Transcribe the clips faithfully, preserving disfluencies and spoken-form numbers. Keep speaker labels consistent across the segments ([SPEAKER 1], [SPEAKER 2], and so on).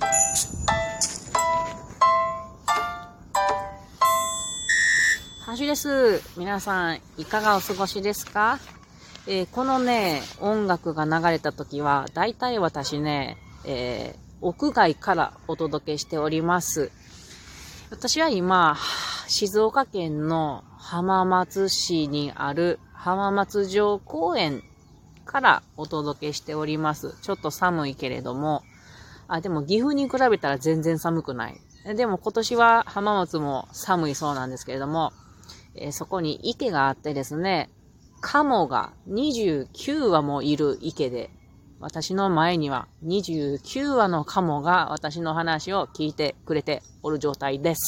[SPEAKER 1] はじです。皆さん、いかがお過ごしですか？えー、このね、音楽が流れた時は、だいたい私ね、えー、屋外からお届けしております。私は今、静岡県の浜松市にある浜松城公園からお届けしております。ちょっと寒いけれども、あ、でも岐阜に比べたら全然寒くない。でも今年は浜松も寒いそうなんですけれども、えー、そこに池があってですね、カモがにじゅうきゅうわもいる池で、私の前にはにじゅうきゅうわのカモが私の話を聞いてくれておる状態です。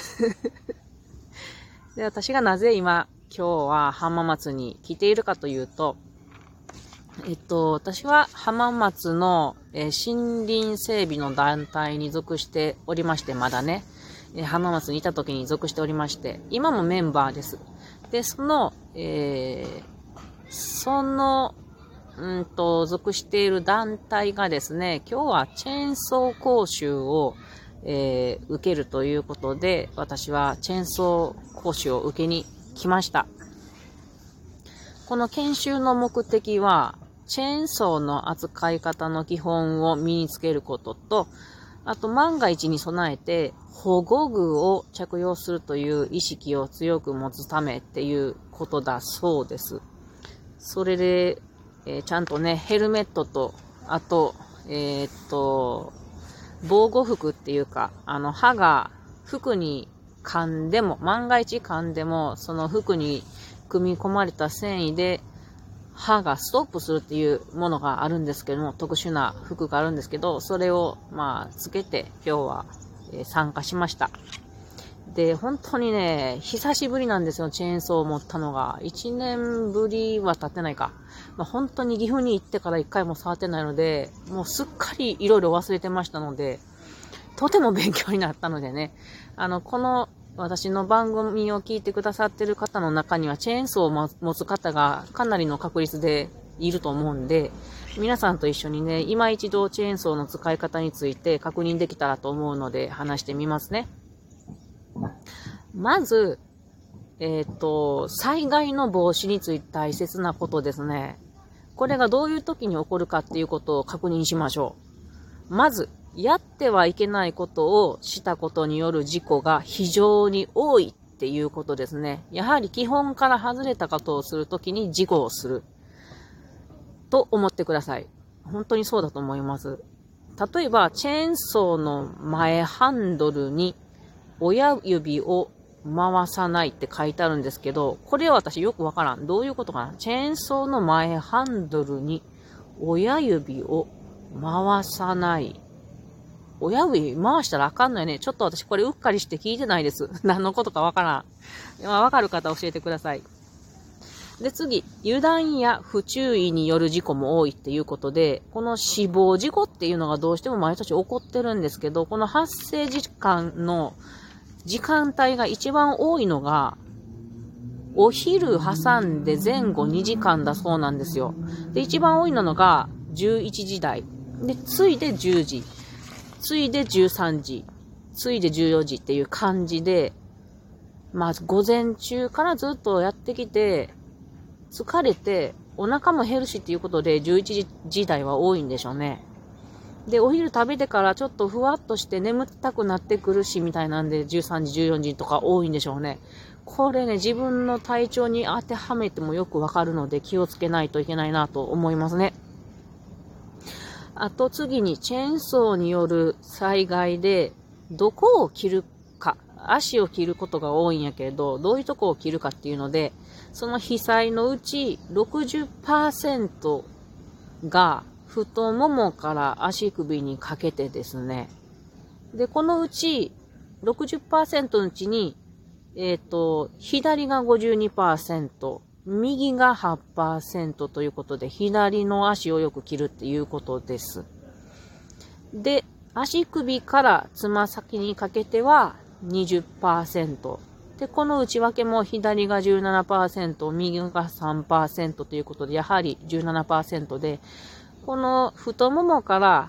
[SPEAKER 1] で、私がなぜ今、今日は浜松に来ているかというと、えっと、私は浜松の、えー、森林整備の団体に属しておりまして、まだね、えー、浜松にいた時に属しておりまして、今もメンバーです。で、その、えー、その、うんと、属している団体がですね、今日はチェーンソー講習を、えー、受けるということで、私はチェーンソー講習を受けに来ました。この研修の目的は、チェーンソーの扱い方の基本を身につけることと、あと万が一に備えて保護具を着用するという意識を強く持つためっていうことだそうです。それで、えー、ちゃんとね、ヘルメットと、あと、えー、っと、防護服っていうか、あの、歯が服に噛んでも、万が一噛んでも、その服に組み込まれた繊維で、歯がストップするっていうものがあるんですけども、特殊な服があるんですけど、それをまあつけて今日は、えー、参加しました。で、本当にね、久しぶりなんですよ、チェーンソーを持ったのが。一年ぶりは経ってないか。まあ、本当に岐阜に行ってから一回も触ってないので、もうすっかりいろいろ忘れてましたので、とても勉強になったのでね、あの、この私の番組を聞いてくださっている方の中にはチェーンソーを持つ方がかなりの確率でいると思うんで、皆さんと一緒にね、今一度チェーンソーの使い方について確認できたらと思うので話してみますね。まず、えっと、災害の防止について大切なことですね。これがどういう時に起こるかっていうことを確認しましょう。まず、やってはいけないことをしたことによる事故が非常に多いっていうことですね。やはり基本から外れたことをするときに事故をすると思ってください。本当にそうだと思います。例えば、チェーンソーの前ハンドルに親指を回さないって書いてあるんですけど、これは私よくわからん。どういうことかな？チェーンソーの前ハンドルに親指を回さない。親指回したらあかんのよね。ちょっと私これうっかりして聞いてないです。何のことかわからん。わかる方教えてください。で次、油断や不注意による事故も多いっていうことで、この死亡事故っていうのがどうしても毎年起こってるんですけど、この発生時間の時間帯が一番多いのが、お昼挟んで前後にじかんだそうなんですよ。で、一番多いのがじゅういちじ台。で、ついでじゅうじ。ついでじゅうさんじ、ついでじゅうよじっていう感じで、まあ午前中からずっとやってきて、疲れて、お腹も減るしっていうことでじゅういちじ台は多いんでしょうね。で、お昼食べてからちょっとふわっとして眠たくなってくるしみたいなんでじゅうさんじ、じゅうよじとか多いんでしょうね。これね、自分の体調に当てはめてもよくわかるので気をつけないといけないなと思いますね。あと次にチェーンソーによる災害でどこを切るか、足を切ることが多いんやけれど、どういうとこを切るかっていうので、その被災のうち ろくじゅっパーセント が太ももから足首にかけてですね。で、このうち ろくじゅっパーセント のうちに、えっと、左が ごじゅうにパーセント、右が はちパーセント ということで、左の足をよく切るっていうことです。で、足首からつま先にかけては にじゅっパーセント。で、この内訳も左が じゅうななパーセント、右が さんパーセント ということで、やはり じゅうななパーセント で、この太ももから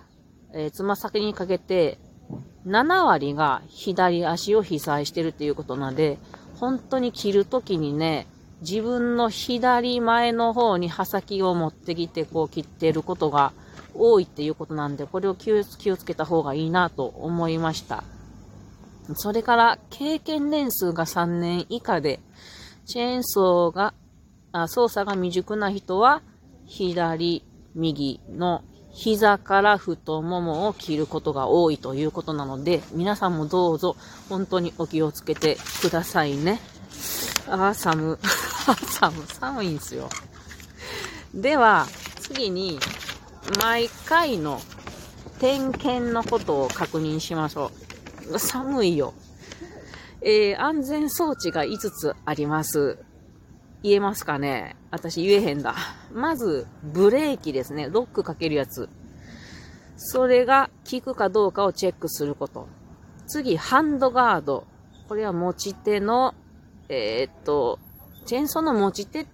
[SPEAKER 1] えー、つま先にかけて、ななわりが左足を被災してるっていうことなんで、本当に切るときにね、自分の左前の方に刃先を持ってきて、こう切ってることが多いっていうことなんで、これを気をつけた方がいいなと思いました。それから、経験年数がさんねん以下で、チェーンソーが、あ操作が未熟な人は、左、右の膝から太ももを切ることが多いということなので、皆さんもどうぞ本当にお気をつけてくださいね。あー、寒。寒、寒いんですよ。では、次に、毎回の点検のことを確認しましょう。寒いよ。えー、安全装置がいつつあります。言えますかね？私言えへんだ。まず、ブレーキですね。ロックかけるやつ。それが効くかどうかをチェックすること。次、ハンドガード。これは持ち手の、えー、っと、チェーンソーの持ち手って、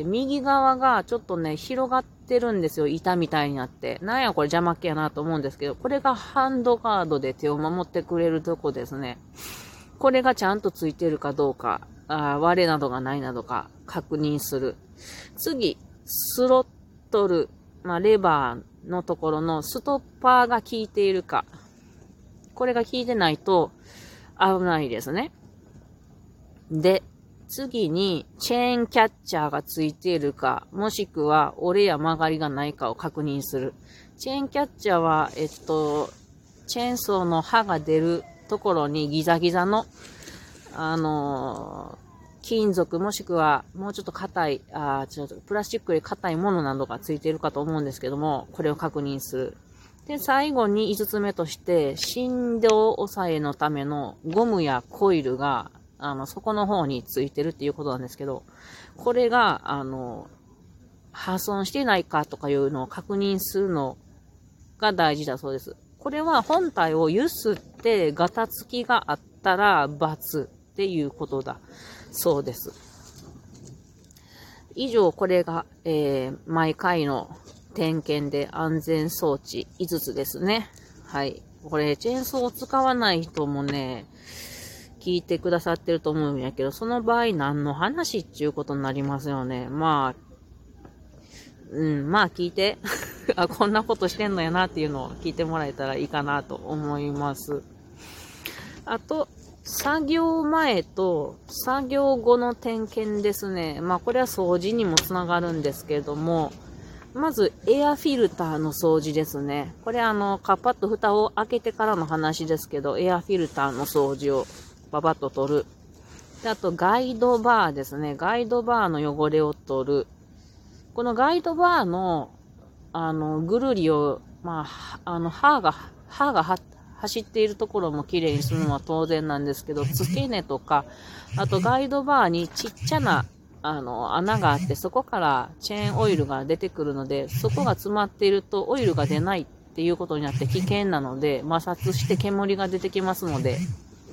[SPEAKER 1] 右側がちょっとね、広がってるんですよ。板みたいになって。なんやこれ邪魔っ気やなと思うんですけど、これがハンドガードで手を守ってくれるとこですね。これがちゃんとついてるかどうか、あ割れなどがないなどか確認する。次、スロットル、まあ、レバーのところのストッパーが効いているか。これが効いてないと危ないですね。で、次にチェーンキャッチャーがついているか、もしくは折れや曲がりがないかを確認する。チェーンキャッチャーは、えっと、チェーンソーの刃が出るところにギザギザの、あのー、金属もしくはもうちょっと硬い、あちょっとプラスチックより硬いものなどがついているかと思うんですけども、これを確認する。で、最後にいつつめとして、振動抑えのためのゴムやコイルが、あの、底の方についてるっていうことなんですけど、これが、あの、破損してないかとかいうのを確認するのが大事だそうです。これは本体を揺すってガタつきがあったら×っていうことだそうです。以上、これが、えー、毎回の点検で安全装置いつつですね。はい。これ、チェーンソーを使わない人もね、聞いてくださってると思うんやけど、その場合何の話っていうことになりますよね。まあ、うん、まあ聞いて。あ、こんなことしてんのやなっていうのを聞いてもらえたらいいかなと思います。あと、作業前と作業後の点検ですね。まあこれは掃除にもつながるんですけれども、まずエアフィルターの掃除ですね。これあの、カッパッと蓋を開けてからの話ですけど、エアフィルターの掃除をババッと取る。で、あとガイドバーですね。ガイドバーの汚れを取る。このガイドバーの、あの、ぐるりを、まあ、あの、刃が、刃が走っているところも綺麗にするのは当然なんですけど、付け根とか、あとガイドバーにちっちゃな、あの、穴があって、そこからチェーンオイルが出てくるので、そこが詰まっているとオイルが出ないっていうことになって危険なので、摩擦して煙が出てきますので、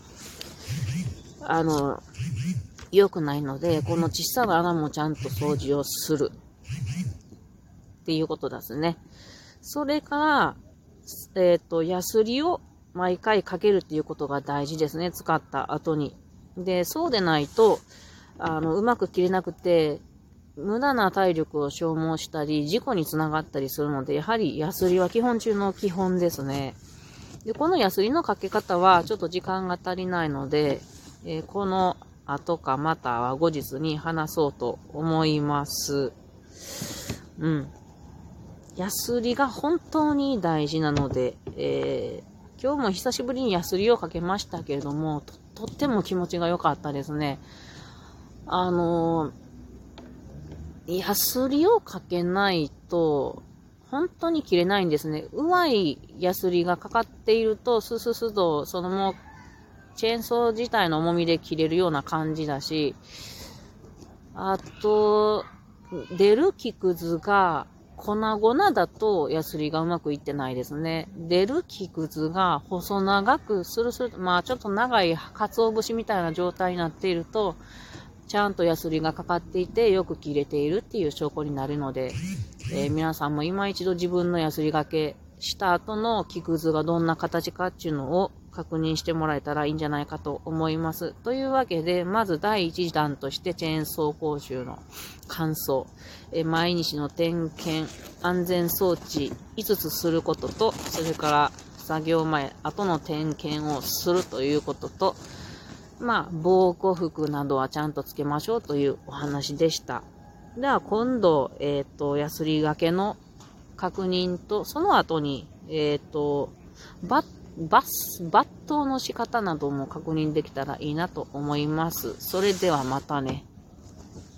[SPEAKER 1] あの、良くないので、この小さな穴もちゃんと掃除をする。っていうことですね。それから、えっと、ヤスリを毎回かけるっていうことが大事ですね。使った後に。で、そうでないと、あの、うまく切れなくて、無駄な体力を消耗したり、事故につながったりするので、やはりヤスリは基本中の基本ですね。で、このヤスリのかけ方は、ちょっと時間が足りないので、えー、この後かまたは後日に話そうと思います。うん。ヤスリが本当に大事なので、えー、今日も久しぶりにヤスリをかけましたけれども、と、とっても気持ちが良かったですね。あのー、ヤスリをかけないと、本当に切れないんですね。うまいヤスリがかかっていると、スススと、そのもう、チェーンソー自体の重みで切れるような感じだし、あと、出る木くずが、粉々だとヤスリがうまくいってないですね。出る木くずが細長くスルスル、まあちょっと長い鰹節みたいな状態になっていると、ちゃんとヤスリがかかっていてよく切れているっていう証拠になるので、えー、皆さんも今一度自分のヤスリがけ、 した後の木くずがどんな形かっていうのを確認してもらえたらいいんじゃないかと思います。というわけで、まず第一弾としてチェーンソー講習の感想、え毎日の点検、安全装置いつつすることと、それから作業前、後の点検をするということと、まあ、防護服などはちゃんとつけましょうというお話でした。では今度、えっと、ヤスリがけの確認と、その後に、えっと、バッ、バス、抜刀の仕方なども確認できたらいいなと思います。それではまたね。